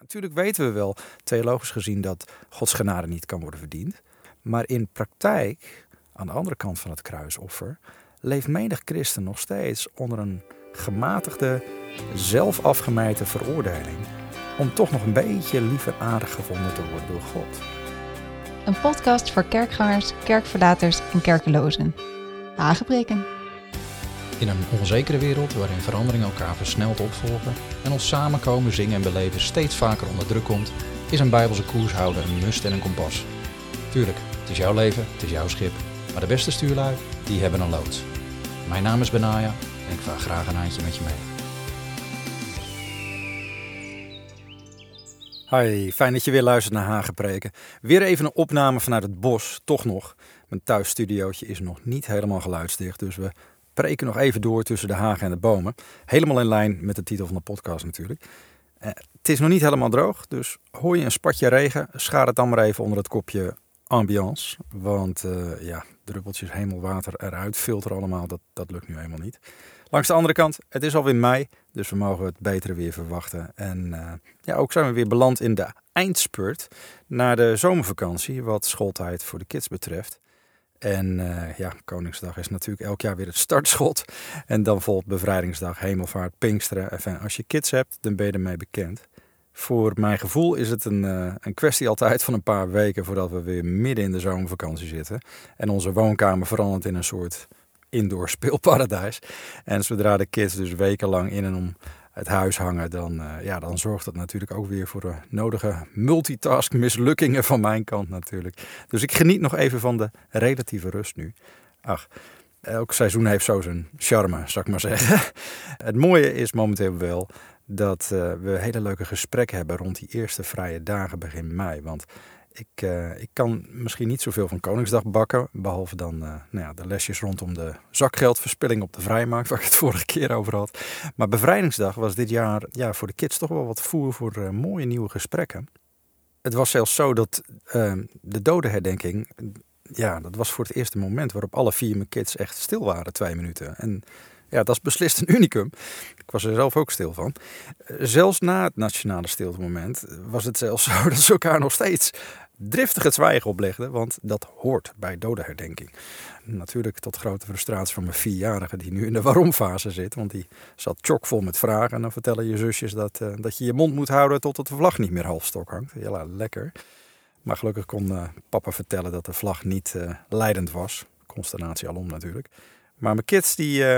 natuurlijk weten we wel, theologisch gezien, dat Gods genade niet kan worden verdiend. Maar in praktijk, aan de andere kant van het kruisoffer, leeft menig christen nog steeds onder een gematigde, zelfafgemeten veroordeling. Om toch nog een beetje lief en aardig gevonden te worden door God. Een podcast voor kerkgangers, kerkverlaters en kerkelozen. Hagebreken. In een onzekere wereld waarin veranderingen elkaar versneld opvolgen en ons samenkomen, zingen en beleven steeds vaker onder druk komt, is een bijbelse koershouder een must en een kompas. Tuurlijk, het is jouw leven, het is jouw schip, maar de beste stuurlui, die hebben een loods. Mijn naam is Benaya en ik vaar graag een handje met je mee. Hoi, fijn dat je weer luistert naar Hagepreken. Weer even een opname vanuit het bos, toch nog. Mijn thuisstudiootje is nog niet helemaal geluidsdicht, dus we preken nog even door tussen de hagen en de bomen. Helemaal in lijn met de titel van de podcast natuurlijk. Het is nog niet helemaal droog, dus hoor je een spatje regen, schaar het dan maar even onder het kopje ambiance. Want druppeltjes hemelwater eruit, filter allemaal, dat lukt nu helemaal niet. Langs de andere kant, het is alweer mei, dus we mogen het betere weer verwachten. En ook zijn we weer beland in de eindspurt naar de zomervakantie, wat schooltijd voor de kids betreft. En Koningsdag is natuurlijk elk jaar weer het startschot. En dan volgt Bevrijdingsdag, Hemelvaart, Pinksteren. Enfin, als je kids hebt, dan ben je ermee bekend. Voor mijn gevoel is het een kwestie altijd van een paar weken voordat we weer midden in de zomervakantie zitten. En onze woonkamer verandert in een soort indoor speelparadijs. En zodra de kids dus wekenlang in en om het huis hangen, dan zorgt dat natuurlijk ook weer voor de nodige multitask mislukkingen van mijn kant natuurlijk. Dus ik geniet nog even van de relatieve rust nu. Ach, elk seizoen heeft zo zijn charme, zou ik maar zeggen. Het mooie is momenteel wel dat we hele leuke gesprekken hebben rond die eerste vrije dagen begin mei. Want ik kan misschien niet zoveel van Koningsdag bakken, behalve dan de lesjes rondom de zakgeldverspilling op de vrijmarkt, waar ik het vorige keer over had. Maar Bevrijdingsdag was dit jaar voor de kids toch wel wat voer voor mooie nieuwe gesprekken. Het was zelfs zo dat de dodenherdenking, dat was voor het eerste moment waarop alle 4 mijn kids echt stil waren, 2 minuten. En ja, dat is beslist een unicum. Ik was er zelf ook stil van. Zelfs na het nationale stiltemoment was het zelfs zo dat ze elkaar nog steeds driftig het zwijgen oplegden, want dat hoort bij dodenherdenking. Natuurlijk tot grote frustratie van mijn 4-jarige die nu in de waarom-fase zit, want die zat chockvol met vragen. En dan vertellen je zusjes dat je je mond moet houden totdat de vlag niet meer half stok hangt. Ja, lekker. Maar gelukkig kon papa vertellen dat de vlag niet leidend was. Consternatie alom natuurlijk. Maar mijn kids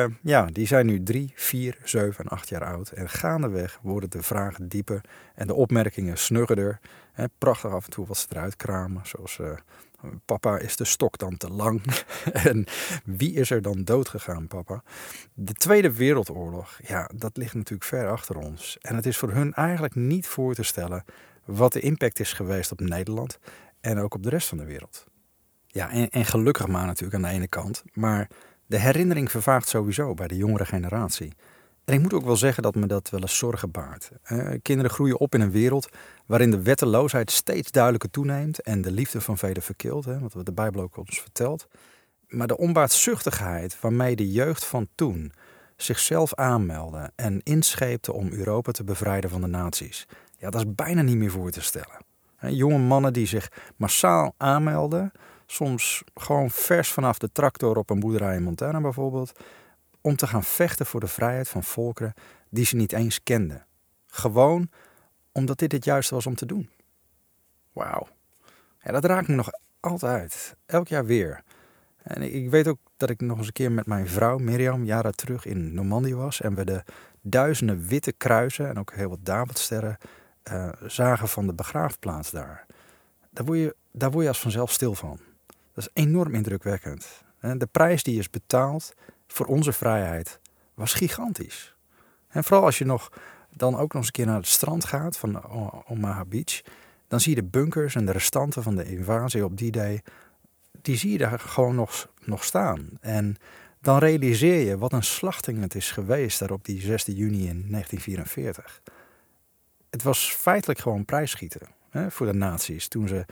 die zijn nu 3, 4, 7 en 8 jaar oud. En gaandeweg worden de vragen dieper en de opmerkingen snuggerder. Prachtig af en toe wat ze eruit kramen. Zoals, papa, is de stok dan te lang? En wie is er dan dood gegaan, papa? De Tweede Wereldoorlog, dat ligt natuurlijk ver achter ons. En het is voor hun eigenlijk niet voor te stellen wat de impact is geweest op Nederland en ook op de rest van de wereld. Ja, en gelukkig maar natuurlijk aan de ene kant, maar de herinnering vervaagt sowieso bij de jongere generatie. En ik moet ook wel zeggen dat me dat wel eens zorgen baart. Kinderen groeien op in een wereld waarin de wetteloosheid steeds duidelijker toeneemt en de liefde van velen verkilt, wat de Bijbel ook ons vertelt. Maar de onbaatzuchtigheid waarmee de jeugd van toen zichzelf aanmeldde en inscheepte om Europa te bevrijden van de nazi's, dat is bijna niet meer voor te stellen. Jonge mannen die zich massaal aanmelden, soms gewoon vers vanaf de tractor op een boerderij in Montana bijvoorbeeld, om te gaan vechten voor de vrijheid van volkeren die ze niet eens kenden. Gewoon omdat dit het juiste was om te doen. Wauw. Ja, dat raakt me nog altijd. Elk jaar weer. En ik weet ook dat ik nog eens een keer met mijn vrouw Mirjam jaren terug in Normandië was en we de duizenden witte kruisen en ook heel wat Davidsterren zagen van de begraafplaats daar. Daar word je als vanzelf stil van. Dat is enorm indrukwekkend. De prijs die is betaald voor onze vrijheid was gigantisch. En vooral als je dan ook nog eens een keer naar het strand gaat van Omaha Beach, dan zie je de bunkers en de restanten van de invasie op die day, die zie je daar gewoon nog staan. En dan realiseer je wat een slachting het is geweest daar op die 6 juni in 1944. Het was feitelijk gewoon prijsschieten voor de nazi's toen ze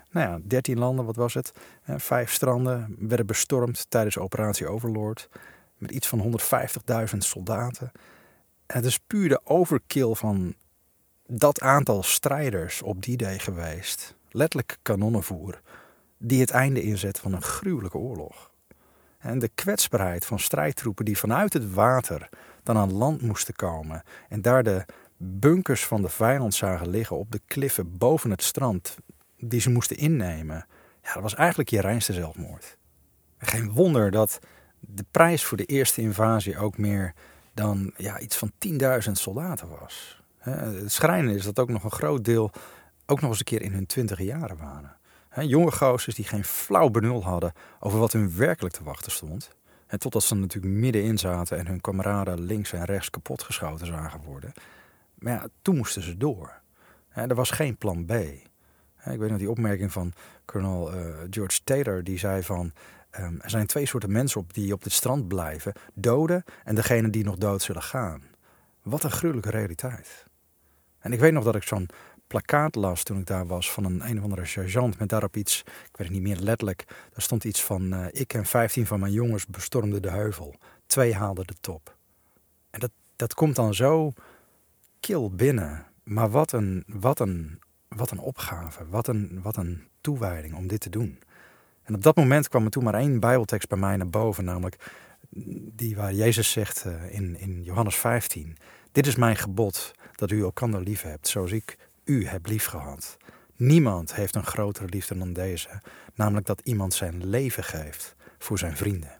13 landen, wat was het? 5 stranden werden bestormd tijdens operatie Overlord. Met iets van 150.000 soldaten. En het is puur de overkill van dat aantal strijders op die day geweest, letterlijk kanonnenvoer, die het einde inzet van een gruwelijke oorlog. En de kwetsbaarheid van strijdtroepen die vanuit het water dan aan land moesten komen en daar de bunkers van de vijand zagen liggen op de kliffen boven het strand die ze moesten innemen. Ja, dat was eigenlijk je reinste zelfmoord. Geen wonder dat de prijs voor de eerste invasie ook meer dan iets van 10.000 soldaten was. Het schrijnende is dat ook nog een groot deel ook nog eens een keer in hun 20e jaren waren. Jonge gozers die geen flauw benul hadden over wat hun werkelijk te wachten stond. En totdat ze natuurlijk middenin zaten en hun kameraden links en rechts kapotgeschoten zagen worden. Maar ja, toen moesten ze door. Er was geen plan B. Ik weet nog die opmerking van kolonel George Taylor, die zei van er zijn 2 soorten mensen die op dit strand blijven. Doden en degenen die nog dood zullen gaan. Wat een gruwelijke realiteit. En ik weet nog dat ik zo'n plakkaat las toen ik daar was van een of andere sergeant met daarop iets, ik weet het niet meer letterlijk, daar stond iets van ik en 15 van mijn jongens bestormden de heuvel. 2 haalden de top. En dat komt dan zo kil binnen. Maar wat een opgave, wat een toewijding om dit te doen. En op dat moment kwam er toen maar 1 bijbeltekst bij mij naar boven, namelijk die waar Jezus zegt in Johannes 15. Dit is mijn gebod, dat u elkander lief hebt, zoals ik u heb lief gehad. Niemand heeft een grotere liefde dan deze, namelijk dat iemand zijn leven geeft voor zijn vrienden.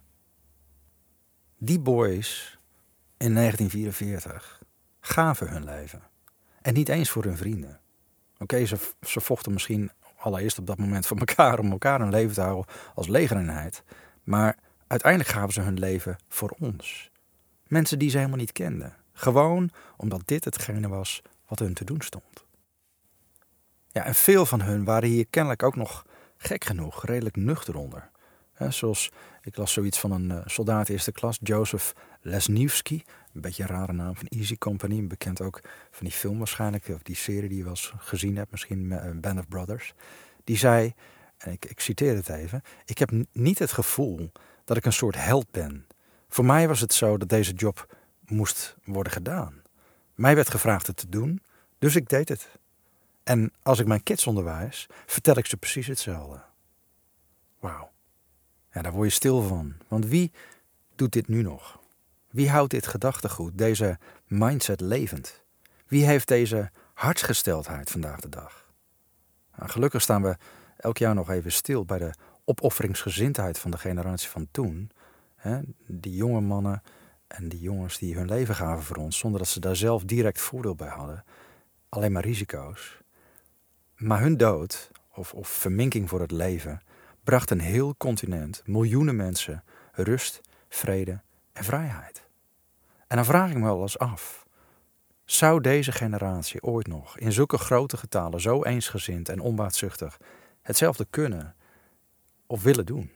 Die boys in 1944 gaven hun leven. En niet eens voor hun vrienden. Oké, ze vochten misschien allereerst op dat moment voor elkaar om elkaar een leven te houden als legereenheid. Maar uiteindelijk gaven ze hun leven voor ons. Mensen die ze helemaal niet kenden. Gewoon omdat dit hetgene was wat hun te doen stond. Ja, en veel van hun waren hier kennelijk ook nog gek genoeg, redelijk nuchter onder. Zoals, ik las zoiets van een soldaat eerste klas, Joseph Lesniewski. Een beetje een rare naam van Easy Company. Bekend ook van die film waarschijnlijk, of die serie die je wel eens gezien hebt, misschien Band of Brothers. Die zei, en ik citeer het even, ik heb niet het gevoel dat ik een soort held ben. Voor mij was het zo dat deze job moest worden gedaan. Mij werd gevraagd het te doen, dus ik deed het. En als ik mijn kids onderwijs, vertel ik ze precies hetzelfde. Wauw. Ja, daar word je stil van. Want wie doet dit nu nog? Wie houdt dit gedachtegoed, deze mindset levend? Wie heeft deze hartsgesteldheid vandaag de dag? Nou, gelukkig staan we elk jaar nog even stil bij de opofferingsgezindheid van de generatie van toen. Die jonge mannen en die jongens die hun leven gaven voor ons, zonder dat ze daar zelf direct voordeel bij hadden. Alleen maar risico's. Maar hun dood, of verminking voor het leven, bracht een heel continent, miljoenen mensen, rust, vrede en vrijheid. En dan vraag ik me wel eens af, zou deze generatie ooit nog in zulke grote getalen zo eensgezind en onbaatzuchtig hetzelfde kunnen of willen doen?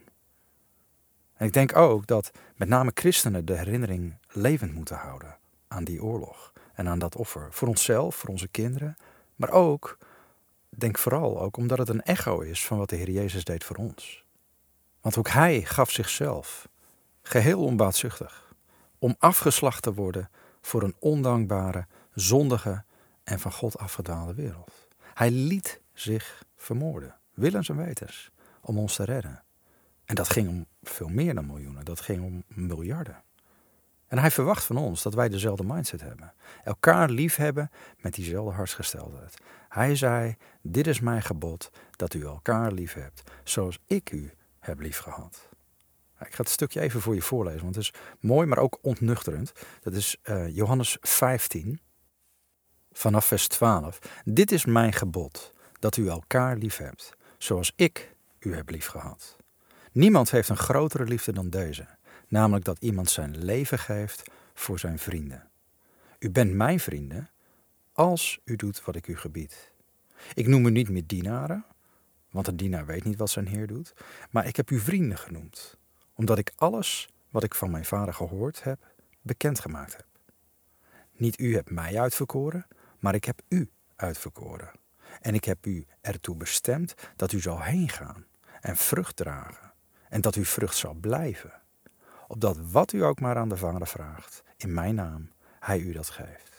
En ik denk ook dat met name christenen de herinnering levend moeten houden aan die oorlog en aan dat offer. Voor onszelf, voor onze kinderen, maar ook, denk vooral ook omdat het een echo is van wat de Heer Jezus deed voor ons. Want ook hij gaf zichzelf, geheel onbaatzuchtig, om afgeslacht te worden voor een ondankbare, zondige en van God afgedwaalde wereld. Hij liet zich vermoorden, willens en wetens, om ons te redden. En dat ging om veel meer dan miljoenen, dat ging om miljarden. En hij verwacht van ons dat wij dezelfde mindset hebben. Elkaar lief hebben met diezelfde hartsgesteldheid. Hij zei, dit is mijn gebod, dat u elkaar lief hebt, zoals ik u heb lief gehad. Ik ga het stukje even voor je voorlezen, want het is mooi, maar ook ontnuchterend. Dat is Johannes 15, vanaf vers 12. Dit is mijn gebod, dat u elkaar lief hebt, zoals ik u heb lief gehad. Niemand heeft een grotere liefde dan deze, namelijk dat iemand zijn leven geeft voor zijn vrienden. U bent mijn vrienden, als u doet wat ik u gebied. Ik noem u niet meer dienaren, want een dienaar weet niet wat zijn heer doet, maar ik heb u vrienden genoemd, omdat ik alles wat ik van mijn vader gehoord heb, bekendgemaakt heb. Niet u hebt mij uitverkoren, maar ik heb u uitverkoren. En ik heb u ertoe bestemd dat u zal heen gaan en vrucht dragen, en dat uw vrucht zal blijven, opdat wat u ook maar aan de Vader vraagt, in mijn naam, hij u dat geeft.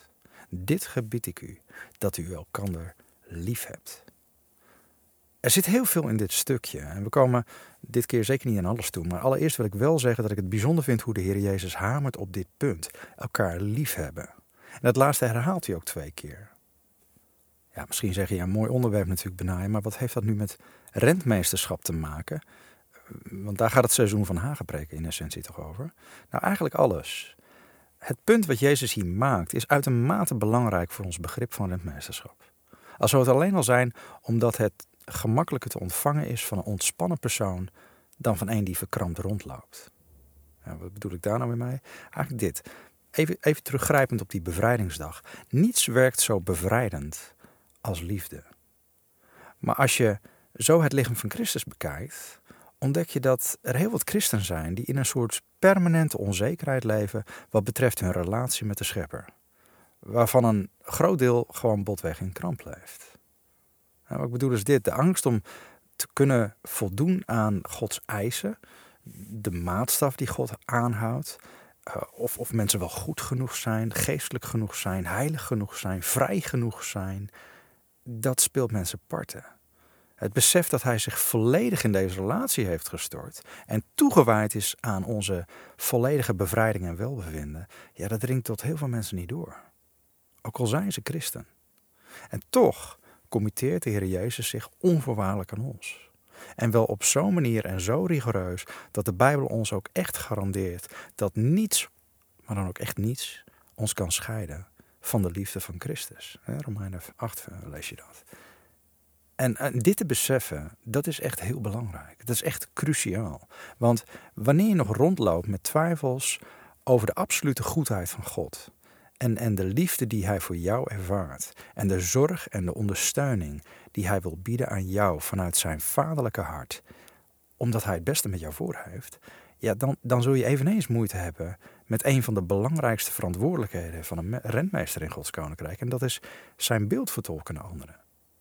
Dit gebied ik u, dat u elkander lief hebt. Er zit heel veel in dit stukje. En we komen dit keer zeker niet aan alles toe. Maar allereerst wil ik wel zeggen dat ik het bijzonder vind hoe de Heer Jezus hamert op dit punt. Elkaar lief hebben. En dat laatste herhaalt hij ook 2 keer. Ja, misschien zeg je, ja, mooi onderwerp natuurlijk, Benaja, maar wat heeft dat nu met rentmeesterschap te maken? Want daar gaat het seizoen van Hagepreken in essentie toch over? Nou, eigenlijk alles. Het punt wat Jezus hier maakt is uitermate belangrijk voor ons begrip van rentmeesterschap. Al zou het alleen al zijn omdat het gemakkelijker te ontvangen is van een ontspannen persoon dan van een die verkrampt rondloopt. Ja, wat bedoel ik daar nou weer mee? Eigenlijk dit. Even teruggrijpend op die bevrijdingsdag. Niets werkt zo bevrijdend als liefde. Maar als je zo het lichaam van Christus bekijkt, ontdek je dat er heel wat christenen zijn die in een soort permanente onzekerheid leven wat betreft hun relatie met de Schepper. Waarvan een groot deel gewoon botweg in kramp leeft. Nou, wat ik bedoel is dit, de angst om te kunnen voldoen aan Gods eisen, de maatstaf die God aanhoudt, of mensen wel goed genoeg zijn, geestelijk genoeg zijn, heilig genoeg zijn, vrij genoeg zijn, dat speelt mensen parten. Het besef dat hij zich volledig in deze relatie heeft gestort en toegewijd is aan onze volledige bevrijding en welbevinden, ja, dat dringt tot heel veel mensen niet door. Ook al zijn ze christen. En toch committeert de Heer Jezus zich onvoorwaardelijk aan ons. En wel op zo'n manier en zo rigoureus dat de Bijbel ons ook echt garandeert dat niets, maar dan ook echt niets, ons kan scheiden van de liefde van Christus. Romeinen 8 lees je dat. En dit te beseffen, dat is echt heel belangrijk. Dat is echt cruciaal. Want wanneer je nog rondloopt met twijfels over de absolute goedheid van God en de liefde die hij voor jou ervaart en de zorg en de ondersteuning die hij wil bieden aan jou vanuit zijn vaderlijke hart, omdat hij het beste met jou voor heeft, ja, dan zul je eveneens moeite hebben met een van de belangrijkste verantwoordelijkheden van een rentmeester in Gods koninkrijk. En dat is zijn beeld vertolken naar anderen.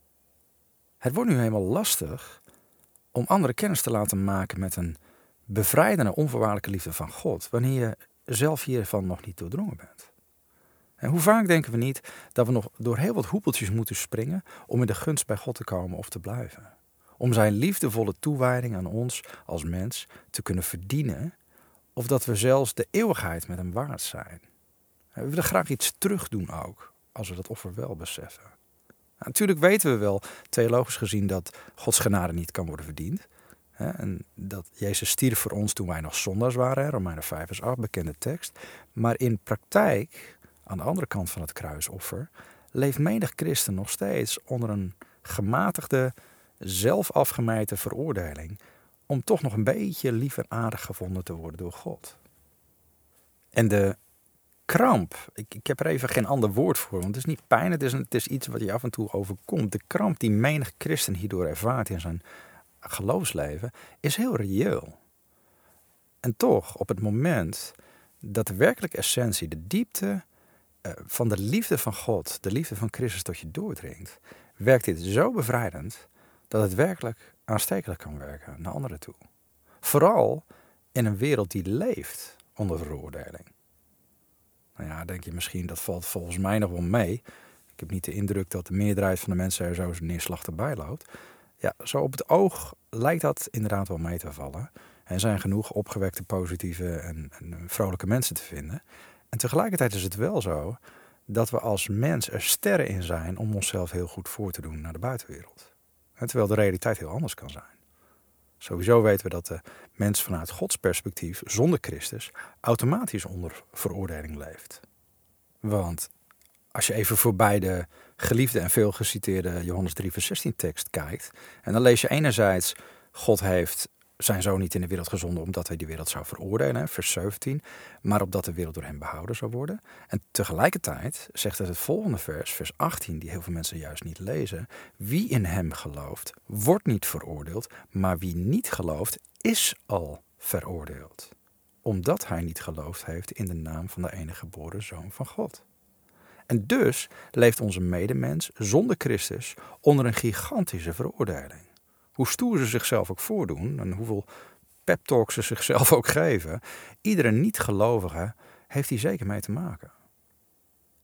Het wordt nu helemaal lastig om anderen kennis te laten maken met een bevrijdende, onvoorwaardelijke liefde van God, wanneer je zelf hiervan nog niet doordrongen bent. En hoe vaak denken we niet dat we nog door heel wat hoepeltjes moeten springen om in de gunst bij God te komen of te blijven. Om zijn liefdevolle toewijding aan ons als mens te kunnen verdienen, of dat we zelfs de eeuwigheid met hem waard zijn. We willen graag iets terugdoen ook, als we dat offer wel beseffen. Nou, natuurlijk weten we wel, theologisch gezien, dat Gods genade niet kan worden verdiend. En dat Jezus stierf voor ons toen wij nog zondaars waren, Romeinen 5 vers 8, bekende tekst. Maar in praktijk, aan de andere kant van het kruisoffer, leeft menig christen nog steeds onder een gematigde, zelf afgemeten veroordeling om toch nog een beetje lief en aardig gevonden te worden door God. En de kramp, ik heb er even geen ander woord voor, want het is niet pijn, het is iets wat je af en toe overkomt. De kramp die menig christen hierdoor ervaart in zijn geloofsleven is heel reëel. En toch, op het moment dat de werkelijke essentie, de diepte van de liefde van God, de liefde van Christus tot je doordringt, werkt dit zo bevrijdend dat het werkelijk aanstekelijk kan werken naar anderen toe. Vooral in een wereld die leeft onder veroordeling. Nou ja, denk je misschien, dat valt volgens mij nog wel mee. Ik heb niet de indruk dat de meerderheid van de mensen er zo neerslachtig bij loopt. Ja, zo op het oog lijkt dat inderdaad wel mee te vallen. Er zijn genoeg opgewekte, positieve en vrolijke mensen te vinden. En tegelijkertijd is het wel zo dat we als mens er sterren in zijn om onszelf heel goed voor te doen naar de buitenwereld. En terwijl de realiteit heel anders kan zijn. Sowieso weten we dat de mens vanuit Gods perspectief zonder Christus automatisch onder veroordeling leeft. Want als je even voorbij de geliefde en veel geciteerde Johannes 3 vers 16 tekst kijkt, en dan lees je enerzijds, God heeft zijn zoon niet in de wereld gezonden omdat hij die wereld zou veroordelen, vers 17, maar opdat de wereld door hem behouden zou worden. En tegelijkertijd zegt het volgende vers, vers 18, die heel veel mensen juist niet lezen, wie in hem gelooft, wordt niet veroordeeld, maar wie niet gelooft, is al veroordeeld. Omdat hij niet geloofd heeft in de naam van de enige geboren Zoon van God. En dus leeft onze medemens zonder Christus onder een gigantische veroordeling. Hoe stoer ze zichzelf ook voordoen en hoeveel peptalks ze zichzelf ook geven, iedere niet-gelovige heeft hier zeker mee te maken.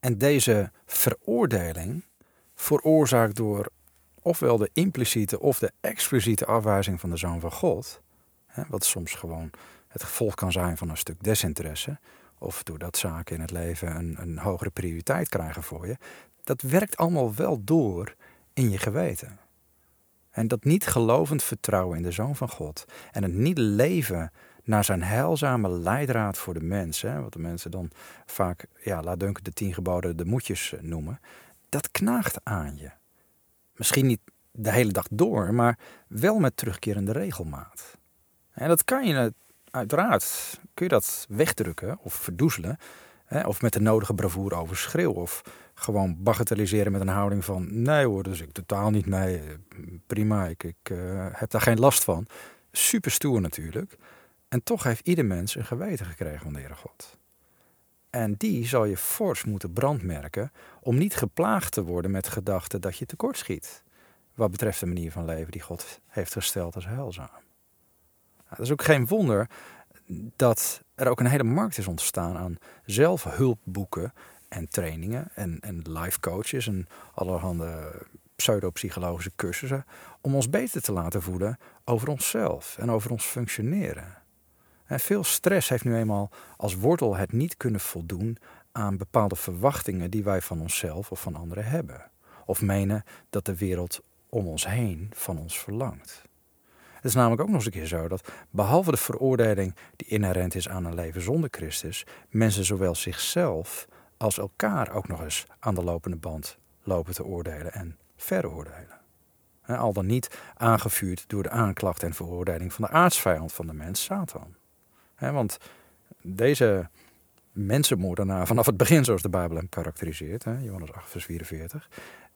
En deze veroordeling, veroorzaakt door ofwel de impliciete of de expliciete afwijzing van de Zoon van God, wat soms gewoon het gevolg kan zijn van een stuk desinteresse, of doordat zaken in het leven een hogere prioriteit krijgen voor je, dat werkt allemaal wel door in je geweten. En dat niet gelovend vertrouwen in de Zoon van God en het niet leven naar zijn heilzame leidraad voor de mens, wat de mensen dan vaak, laatdunkend de 10 geboden de moedjes noemen, dat knaagt aan je. Misschien niet de hele dag door, maar wel met terugkerende regelmaat. En dat kan je uiteraard, kun je dat wegdrukken of verdoezelen, of met de nodige bravoure overschreeuwen, of gewoon bagatelliseren met een houding van, nee hoor, dus ik totaal niet mee, prima, ik heb daar geen last van. Super stoer natuurlijk. En toch heeft ieder mens een geweten gekregen van de Heere God. En die zal je fors moeten brandmerken om niet geplaagd te worden met gedachten dat je tekortschiet. Wat betreft de manier van leven die God heeft gesteld als heilzaam. Het is ook geen wonder dat er ook een hele markt is ontstaan aan zelfhulpboeken en trainingen en life coaches en allerhande pseudopsychologische cursussen om ons beter te laten voelen over onszelf en over ons functioneren. En veel stress heeft nu eenmaal als wortel het niet kunnen voldoen aan bepaalde verwachtingen die wij van onszelf of van anderen hebben. Of menen dat de wereld om ons heen van ons verlangt. Het is namelijk ook nog eens een keer zo dat behalve de veroordeling die inherent is aan een leven zonder Christus, mensen zowel zichzelf als elkaar ook nog eens aan de lopende band lopen te oordelen en veroordelen. Al dan niet aangevuurd door de aanklacht en veroordeling van de aartsvijand van de mens, Satan. Want deze mensenmoordenaar vanaf het begin, zoals de Bijbel hem karakteriseert, Johannes 8 vers 44,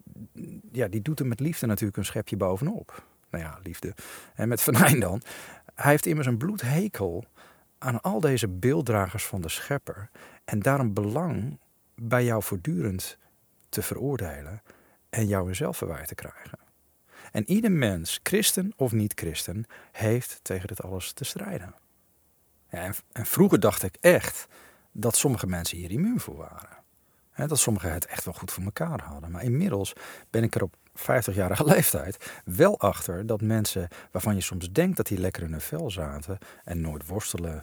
die doet er met liefde natuurlijk een schepje bovenop. Nou ja, liefde. En met venijn dan. Hij heeft immers een bloedhekel aan al deze beelddragers van de schepper en daarom belang bij jou voortdurend te veroordelen en jou in zelfverwijt te krijgen. En ieder mens, christen of niet-christen, heeft tegen dit alles te strijden. Ja, en vroeger dacht ik echt dat sommige mensen hier immuun voor waren. Dat sommigen het echt wel goed voor elkaar hadden. Maar inmiddels ben ik er op 50-jarige leeftijd wel achter dat mensen waarvan je soms denkt dat die lekker in hun vel zaten en nooit worstelen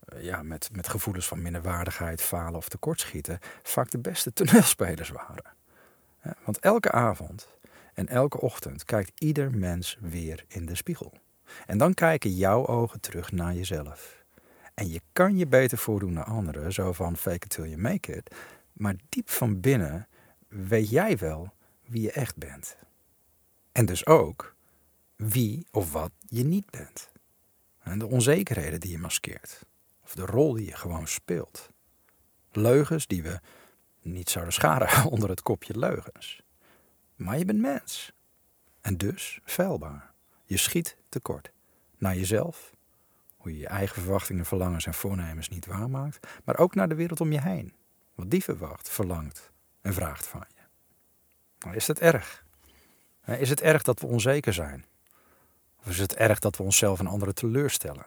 met gevoelens van minderwaardigheid, falen of tekortschieten, vaak de beste toneelspelers waren. Want elke avond en elke ochtend kijkt ieder mens weer in de spiegel. En dan kijken jouw ogen terug naar jezelf. En je kan je beter voordoen naar anderen, zo van fake it till you make it. Maar diep van binnen weet jij wel wie je echt bent. En dus ook wie of wat je niet bent. En de onzekerheden die je maskeert. Of de rol die je gewoon speelt. Leugens die we niet zouden scharen onder het kopje leugens. Maar je bent mens. En dus feilbaar. Je schiet tekort. Naar jezelf. Hoe je je eigen verwachtingen, verlangens en voornemens niet waarmaakt. Maar ook naar de wereld om je heen. Wat die verwacht, verlangt en vraagt van je. Nou, is het erg? Is het erg dat we onzeker zijn? Of is het erg dat we onszelf en anderen teleurstellen?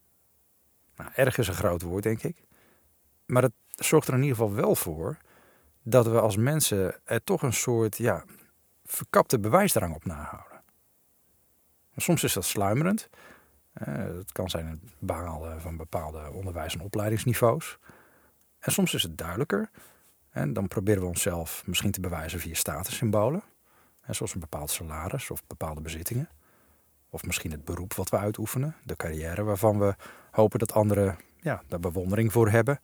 Nou, erg is een groot woord, denk ik. Maar het zorgt er in ieder geval wel voor dat we als mensen er toch een soort verkapte bewijsdrang op nahouden. Soms is dat sluimerend. Het kan zijn het behalen van bepaalde onderwijs- en opleidingsniveaus. En soms is het duidelijker. En dan proberen we onszelf misschien te bewijzen via statussymbolen. Zoals een bepaald salaris of bepaalde bezittingen. Of misschien het beroep wat we uitoefenen. De carrière waarvan we hopen dat anderen daar bewondering voor hebben.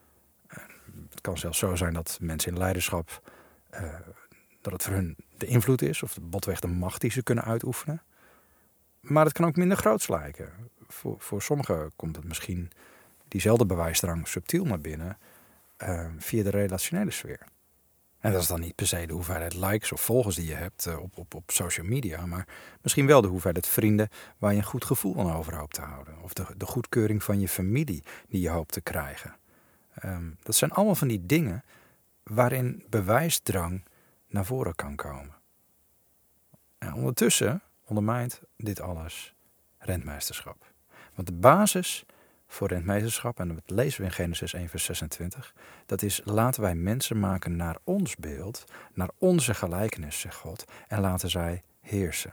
Het kan zelfs zo zijn dat mensen in leiderschap, dat het voor hun de invloed is. Of botweg de macht die ze kunnen uitoefenen. Maar het kan ook minder groots lijken. Voor sommigen komt het misschien diezelfde bewijsdrang subtiel naar binnen via de relationele sfeer. En dat is dan niet per se de hoeveelheid likes of volgers die je hebt op social media, maar misschien wel de hoeveelheid vrienden waar je een goed gevoel aan over hoopt te houden. Of de goedkeuring van je familie die je hoopt te krijgen. Dat zijn allemaal van die dingen waarin bewijsdrang naar voren kan komen. En ondertussen ondermijnt dit alles rentmeesterschap. Want de basis voor rentmeesterschap, en dat lezen we in Genesis 1 vers 26. Dat is, laten wij mensen maken naar ons beeld, naar onze gelijkenis, zegt God, en laten zij heersen.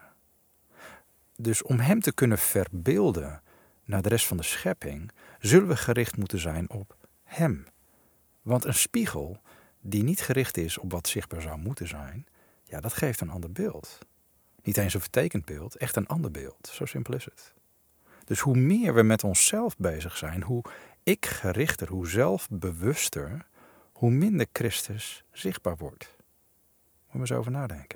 Dus om hem te kunnen verbeelden naar de rest van de schepping, zullen we gericht moeten zijn op hem. Want een spiegel die niet gericht is op wat zichtbaar zou moeten zijn, ja, dat geeft een ander beeld. Niet eens een vertekend beeld, echt een ander beeld. Zo simpel is het. Dus hoe meer we met onszelf bezig zijn, hoe ik-gerichter, hoe zelfbewuster, hoe minder Christus zichtbaar wordt. Moet je eens over nadenken.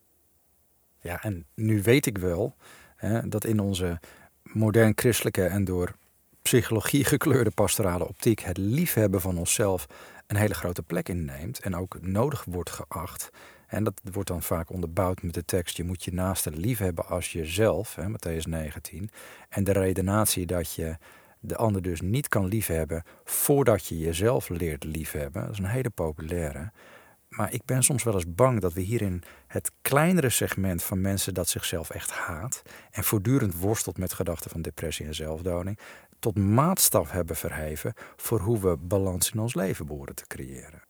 Ja, en nu weet ik wel dat in onze modern christelijke en door psychologie gekleurde pastorale optiek het liefhebben van onszelf een hele grote plek inneemt en ook nodig wordt geacht. En dat wordt dan vaak onderbouwd met de tekst, je moet je naaste liefhebben als jezelf, Mattheüs 19. En de redenatie dat je de ander dus niet kan liefhebben voordat je jezelf leert liefhebben. Dat is een hele populaire. Maar ik ben soms wel eens bang dat we hierin het kleinere segment van mensen dat zichzelf echt haat en voortdurend worstelt met gedachten van depressie en zelfdoding, tot maatstaf hebben verheven voor hoe we balans in ons leven behoren te creëren.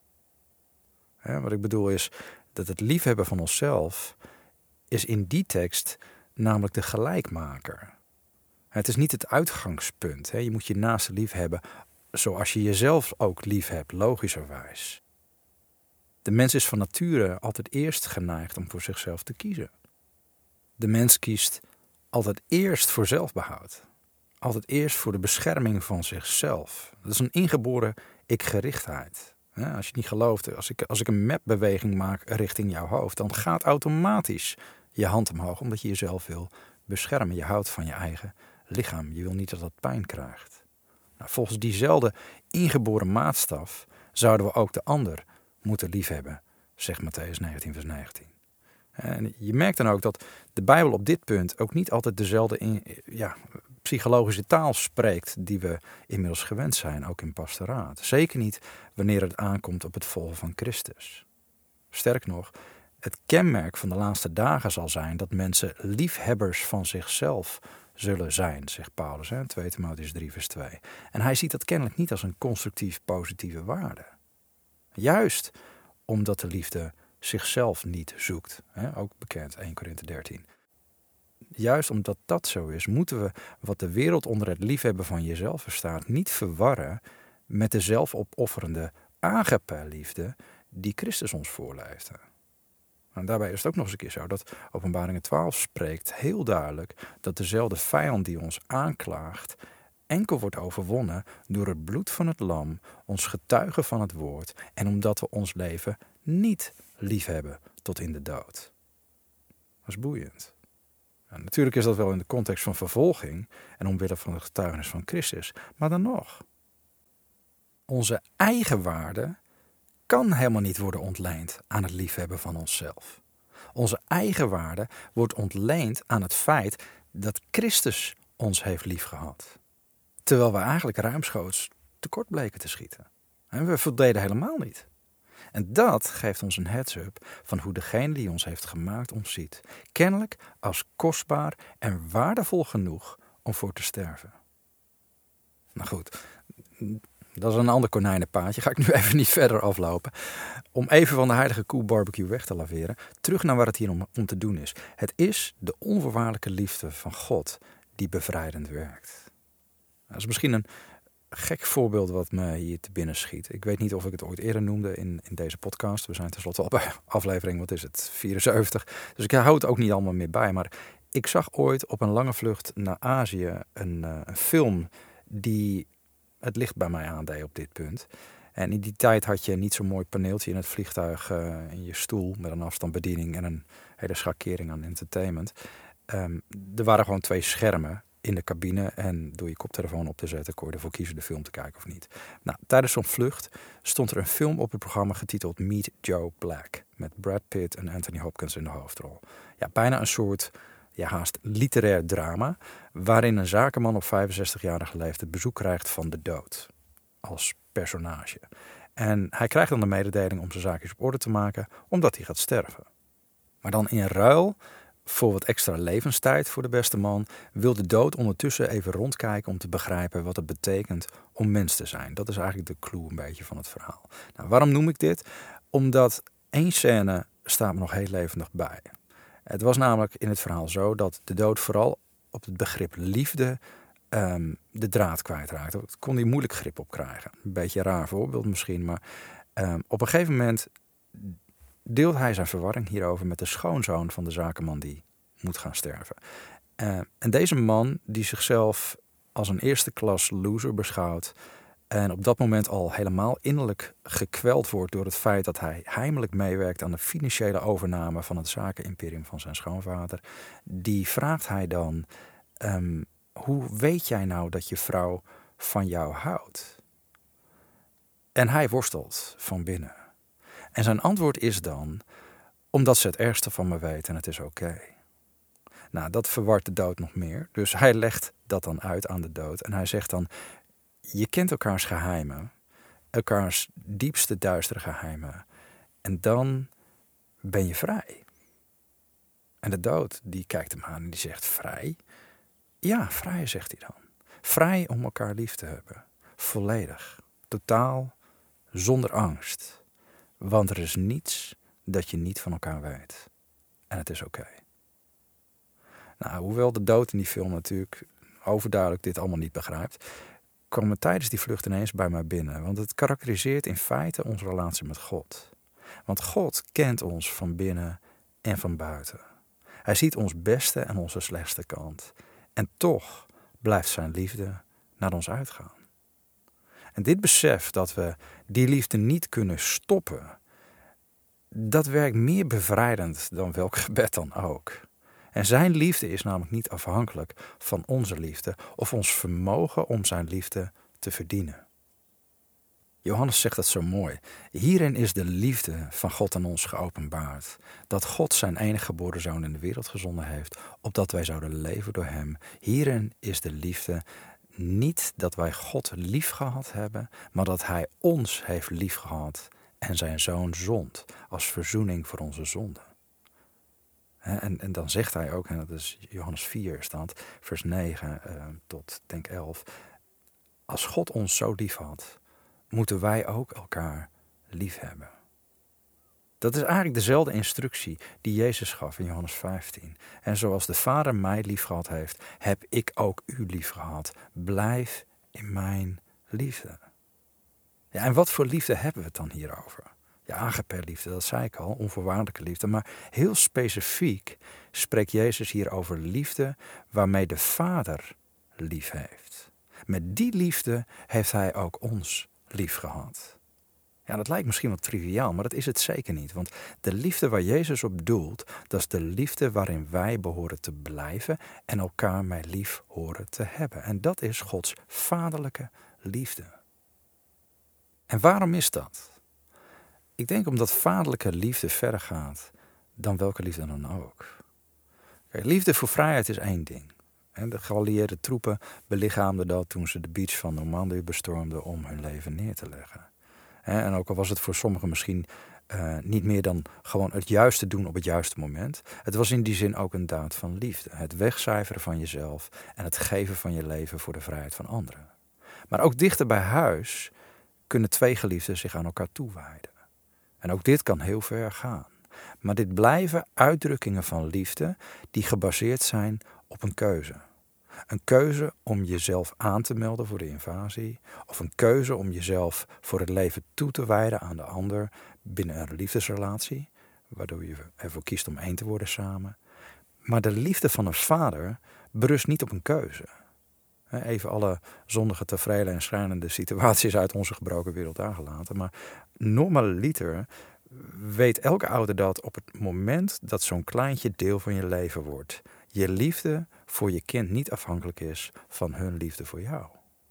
Wat ik bedoel is dat het liefhebben van onszelf is in die tekst namelijk de gelijkmaker. Het is niet het uitgangspunt. Je moet je naaste lief hebben zoals je jezelf ook lief hebt, logischerwijs. De mens is van nature altijd eerst geneigd om voor zichzelf te kiezen. De mens kiest altijd eerst voor zelfbehoud. Altijd eerst voor de bescherming van zichzelf. Dat is een ingeboren ik-gerichtheid. Als je niet gelooft, als ik een mapbeweging maak richting jouw hoofd, dan gaat automatisch je hand omhoog, omdat je jezelf wil beschermen. Je houdt van je eigen lichaam. Je wil niet dat het pijn krijgt. Nou, volgens diezelfde ingeboren maatstaf zouden we ook de ander moeten liefhebben, zegt Mattheüs 19 vers 19. En je merkt dan ook dat de Bijbel op dit punt ook niet altijd dezelfde psychologische taal spreekt die we inmiddels gewend zijn, ook in pastoraat. Zeker niet wanneer het aankomt op het volgen van Christus. Sterker nog, het kenmerk van de laatste dagen zal zijn dat mensen liefhebbers van zichzelf zullen zijn, zegt Paulus, 2 Timotheüs 3 vers 2. En hij ziet dat kennelijk niet als een constructief positieve waarde. Juist omdat de liefde zichzelf niet zoekt. Ook bekend 1 Korinthe 13. Juist omdat dat zo is, moeten we wat de wereld onder het liefhebben van jezelf verstaat niet verwarren met de zelfopofferende agape-liefde die Christus ons voorleefde. En daarbij is het ook nog eens een keer zo dat Openbaringen 12 spreekt heel duidelijk dat dezelfde vijand die ons aanklaagt enkel wordt overwonnen door het bloed van het lam, ons getuigen van het woord en omdat we ons leven niet liefhebben tot in de dood. Dat is boeiend. En natuurlijk is dat wel in de context van vervolging en omwille van het getuigenis van Christus, maar dan nog. Onze eigen waarde kan helemaal niet worden ontleend aan het liefhebben van onszelf. Onze eigen waarde wordt ontleend aan het feit dat Christus ons heeft liefgehad. Terwijl we eigenlijk ruimschoots tekort bleken te schieten. En we voldeden helemaal niet. En dat geeft ons een heads-up van hoe degene die ons heeft gemaakt ons ziet. Kennelijk als kostbaar en waardevol genoeg om voor te sterven. Nou goed, dat is een ander konijnenpaadje. Ga ik nu even niet verder aflopen. Om even van de heilige koe barbecue weg te laveren. Terug naar waar het hier om te doen is. Het is de onvoorwaardelijke liefde van God die bevrijdend werkt. Dat is misschien een gek voorbeeld wat me hier te binnen schiet. Ik weet niet of ik het ooit eerder noemde in deze podcast. We zijn tenslotte al bij aflevering, wat is het, 74. Dus ik hou het ook niet allemaal meer bij. Maar ik zag ooit op een lange vlucht naar Azië een film die het licht bij mij aandeed op dit punt. En in die tijd had je niet zo'n mooi paneeltje in het vliegtuig in je stoel met een afstandsbediening en een hele schakering aan entertainment. Er waren gewoon 2 schermen in de cabine en door je koptelefoon op te zetten kon je ervoor kiezen de film te kijken of niet. Nou, tijdens zo'n vlucht stond er een film op het programma getiteld Meet Joe Black met Brad Pitt en Anthony Hopkins in de hoofdrol. Ja, bijna een soort haast literair drama waarin een zakenman op 65-jarige leeftijd bezoek krijgt van de dood als personage. En hij krijgt dan de mededeling om zijn zaakjes op orde te maken omdat hij gaat sterven. Maar dan in ruil voor wat extra levenstijd voor de beste man wil de dood ondertussen even rondkijken om te begrijpen wat het betekent om mens te zijn. Dat is eigenlijk de clue een beetje van het verhaal. Nou, waarom noem ik dit? Omdat één scène staat me nog heel levendig bij. Het was namelijk in het verhaal zo dat de dood vooral op het begrip liefde de draad kwijtraakte. Daar kon hij moeilijk grip op krijgen. Een beetje een raar voorbeeld misschien, maar op een gegeven moment deelt hij zijn verwarring hierover met de schoonzoon van de zakenman die moet gaan sterven. En deze man die zichzelf als een eerste klas loser beschouwt en op dat moment al helemaal innerlijk gekweld wordt door het feit dat hij heimelijk meewerkt aan de financiële overname van het zakenimperium van zijn schoonvader, die vraagt hij dan, hoe weet jij nou dat je vrouw van jou houdt? En hij worstelt van binnen. En zijn antwoord is dan, omdat ze het ergste van me weet en het is oké. Nou, dat verwart de dood nog meer. Dus hij legt dat dan uit aan de dood. En hij zegt dan, je kent elkaars geheimen. Elkaars diepste duistere geheimen. En dan ben je vrij. En de dood, die kijkt hem aan en die zegt, vrij? Ja, vrij, zegt hij dan. Vrij om elkaar lief te hebben. Volledig. Totaal. Zonder angst. Want er is niets dat je niet van elkaar weet. En het is oké. Nou, hoewel de dood in die film natuurlijk overduidelijk dit allemaal niet begrijpt, kwam het tijdens die vlucht ineens bij mij binnen. Want het karakteriseert in feite onze relatie met God. Want God kent ons van binnen en van buiten. Hij ziet ons beste en onze slechtste kant. En toch blijft zijn liefde naar ons uitgaan. En dit besef dat we die liefde niet kunnen stoppen, dat werkt meer bevrijdend dan welk gebed dan ook. En zijn liefde is namelijk niet afhankelijk van onze liefde of ons vermogen om zijn liefde te verdienen. Johannes zegt dat zo mooi. Hierin is de liefde van God aan ons geopenbaard. Dat God zijn enige geboren zoon in de wereld gezonden heeft, opdat wij zouden leven door hem. Hierin is de liefde niet dat wij God lief gehad hebben, maar dat hij ons heeft lief gehad en zijn zoon zond als verzoening voor onze zonden. En dan zegt hij ook, en dat is Johannes 4 staat, vers 9 tot denk 11. Als God ons zo lief had, moeten wij ook elkaar lief hebben. Dat is eigenlijk dezelfde instructie die Jezus gaf in Johannes 15. En zoals de Vader mij lief gehad heeft, heb ik ook u lief gehad. Blijf in mijn liefde. Ja, en wat voor liefde hebben we het dan hierover? Ja, agape-liefde, dat zei ik al, onvoorwaardelijke liefde. Maar heel specifiek spreekt Jezus hier over liefde waarmee de Vader lief heeft. Met die liefde heeft hij ook ons lief gehad. Ja, dat lijkt misschien wat triviaal, maar dat is het zeker niet. Want de liefde waar Jezus op doelt, dat is de liefde waarin wij behoren te blijven en elkaar mij lief horen te hebben. En dat is Gods vaderlijke liefde. En waarom is dat? Ik denk omdat vaderlijke liefde verder gaat dan welke liefde dan ook. Kijk, liefde voor vrijheid is één ding. De geallieerde troepen belichaamden dat toen ze de beach van Normandië bestormden om hun leven neer te leggen. En ook al was het voor sommigen misschien niet meer dan gewoon het juiste doen op het juiste moment. Het was in die zin ook een daad van liefde. Het wegcijferen van jezelf en het geven van je leven voor de vrijheid van anderen. Maar ook dichter bij huis kunnen twee geliefden zich aan elkaar toewijden. En ook dit kan heel ver gaan. Maar dit blijven uitdrukkingen van liefde die gebaseerd zijn op een keuze. Een keuze om jezelf aan te melden voor de invasie. Of een keuze om jezelf voor het leven toe te wijden aan de ander binnen een liefdesrelatie. Waardoor je ervoor kiest om één te worden samen. Maar de liefde van een vader berust niet op een keuze. Even alle zondige, tevreden en schrijnende situaties uit onze gebroken wereld aangelaten. Maar normaliter weet elke ouder dat op het moment dat zo'n kleintje deel van je leven wordt, je liefde voor je kind niet afhankelijk is van hun liefde voor jou.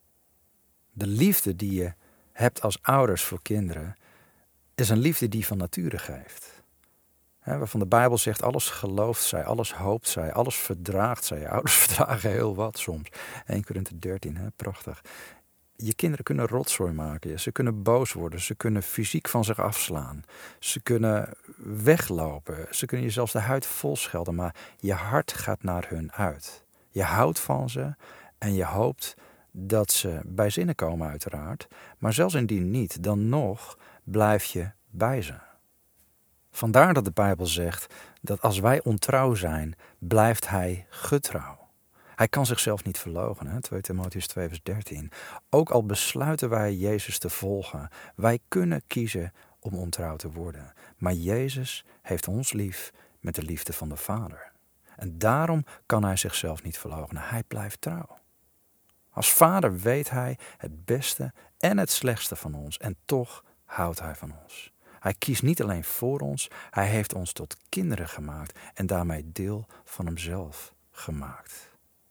De liefde die je hebt als ouders voor kinderen is een liefde die van nature geeft. Waarvan de Bijbel zegt, alles gelooft zij, alles hoopt zij, alles verdraagt zij. Ouders verdragen heel wat soms. 1 Korinthe 13, prachtig. je kinderen kunnen rotzooi maken. Ze kunnen boos worden. Ze kunnen fysiek van zich afslaan. Ze kunnen weglopen. Ze kunnen je zelfs de huid vol schelden. Maar je hart gaat naar hun uit. Je houdt van ze en je hoopt dat ze bij zinnen komen uiteraard. Maar zelfs indien niet, dan nog blijf je bij ze. Vandaar dat de Bijbel zegt dat als wij ontrouw zijn, blijft hij getrouw. Hij kan zichzelf niet verloochenen, 2 Timotheüs 2 vers 13. Ook al besluiten wij Jezus te volgen, wij kunnen kiezen om ontrouw te worden. Maar Jezus heeft ons lief met de liefde van de Vader. En daarom kan hij zichzelf niet verloochenen. Hij blijft trouw. Als vader weet hij het beste en het slechtste van ons. En toch houdt hij van ons. Hij kiest niet alleen voor ons, hij heeft ons tot kinderen gemaakt en daarmee deel van hemzelf gemaakt.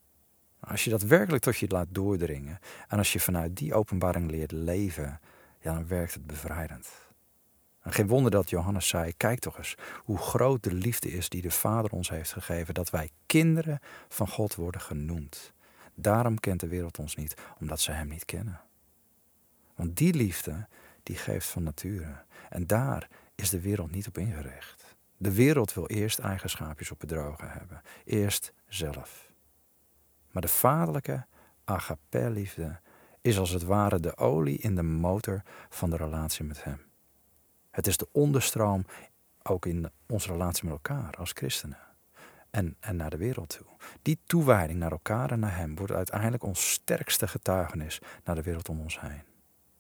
Als je dat werkelijk tot je laat doordringen en als je vanuit die openbaring leert leven, ja, dan werkt het bevrijdend. En geen wonder dat Johannes zei, kijk toch eens hoe groot de liefde is die de Vader ons heeft gegeven, dat wij kinderen van God worden genoemd. Daarom kent de wereld ons niet, omdat ze hem niet kennen. Want die liefde, die geeft van nature. En daar is de wereld niet op ingericht. De wereld wil eerst eigen schaapjes op bedrogen hebben. Eerst zelf. Maar de vaderlijke agape-liefde is als het ware de olie in de motor van de relatie met hem. Het is de onderstroom ook in onze relatie met elkaar als christenen. En naar de wereld toe. Die toewijding naar elkaar en naar hem wordt uiteindelijk ons sterkste getuigenis naar de wereld om ons heen.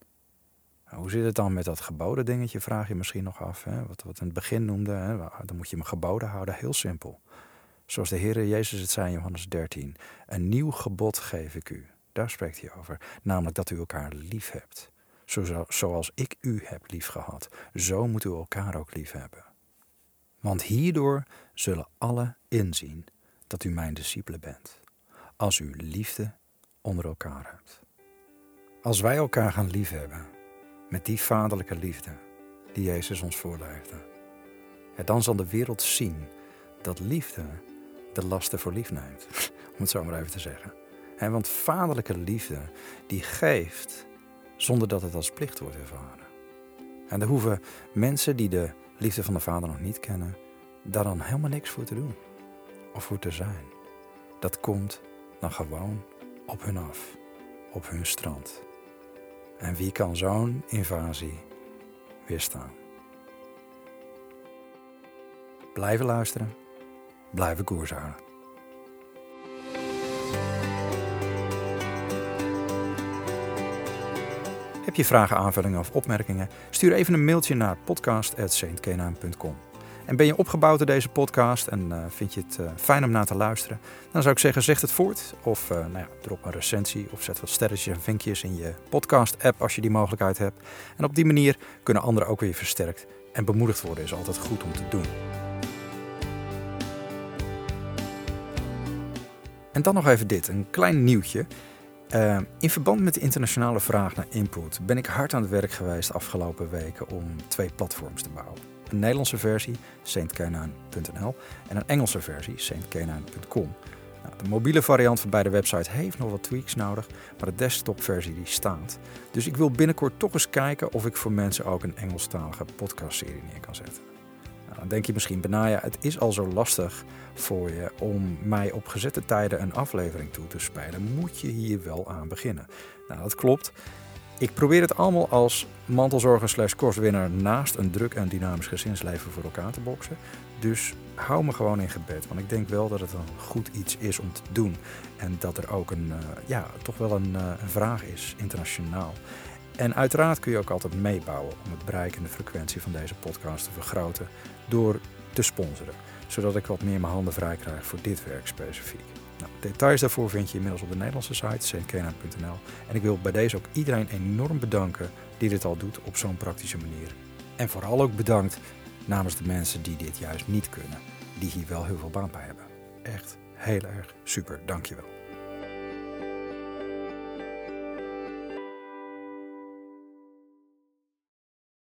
Nou, hoe zit het dan met dat geboden dingetje, vraag je misschien nog af. Hè? Wat we in het begin noemden, hè? Dan moet je me geboden houden, heel simpel. Zoals de Heer Jezus het zei in Johannes 13. Een nieuw gebod geef ik u. Daar spreekt hij over. Namelijk dat u elkaar lief hebt. Zoals ik u heb lief gehad. Zo moet u elkaar ook lief hebben. Want hierdoor zullen allen inzien dat u mijn discipelen bent. Als u liefde onder elkaar hebt. Als wij elkaar gaan liefhebben. Met die vaderlijke liefde die Jezus ons voorleefde. Ja, dan zal de wereld zien dat liefde de lasten voor lief neemt. Om het zo maar even te zeggen. Want vaderlijke liefde die geeft zonder dat het als plicht wordt ervaren. En daar hoeven mensen die de liefde van de Vader nog niet kennen, daar dan helemaal niks voor te doen. Of voor te zijn. Dat komt dan gewoon op hun af. Op hun strand. En wie kan zo'n invasie weerstaan? Blijven luisteren. Blijven koers houden. Heb je vragen, aanvullingen of opmerkingen? Stuur even een mailtje naar podcast@saintkenaan.com. En ben je opgebouwd door deze podcast en vind je het fijn om naar te luisteren? Dan zou ik zeggen, zeg het voort. Of drop een recensie of zet wat sterretjes en vinkjes in je podcast-app als je die mogelijkheid hebt. En op die manier kunnen anderen ook weer versterkt en bemoedigd worden. Is altijd goed om te doen. En dan nog even dit, een klein nieuwtje. In verband met de internationale vraag naar input ben ik hard aan het werk geweest de afgelopen weken om 2 platforms te bouwen. Een Nederlandse versie, saintkenaan.nl, en een Engelse versie, saintkenaan.com. De mobiele variant van beide websites heeft nog wat tweaks nodig, maar de desktopversie die staat. Dus ik wil binnenkort toch eens kijken of ik voor mensen ook een Engelstalige podcastserie neer kan zetten. Dan denk je misschien, Benaya, het is al zo lastig voor je om mij op gezette tijden een aflevering toe te spelen. Moet je hier wel aan beginnen? Nou, dat klopt. Ik probeer het allemaal als mantelzorger/kostwinner naast een druk en dynamisch gezinsleven voor elkaar te boksen. Dus hou me gewoon in gebed, want ik denk wel dat het een goed iets is om te doen. En dat er ook toch wel een vraag is, internationaal. En uiteraard kun je ook altijd meebouwen om het bereik en de frequentie van deze podcast te vergroten door te sponsoren. Zodat ik wat meer mijn handen vrij krijg voor dit werk specifiek. Nou, details daarvoor vind je inmiddels op de Nederlandse site, saintkenaan.nl. En ik wil bij deze ook iedereen enorm bedanken die dit al doet op zo'n praktische manier. En vooral ook bedankt namens de mensen die dit juist niet kunnen. Die hier wel heel veel baat bij hebben. Echt heel erg super, dankjewel.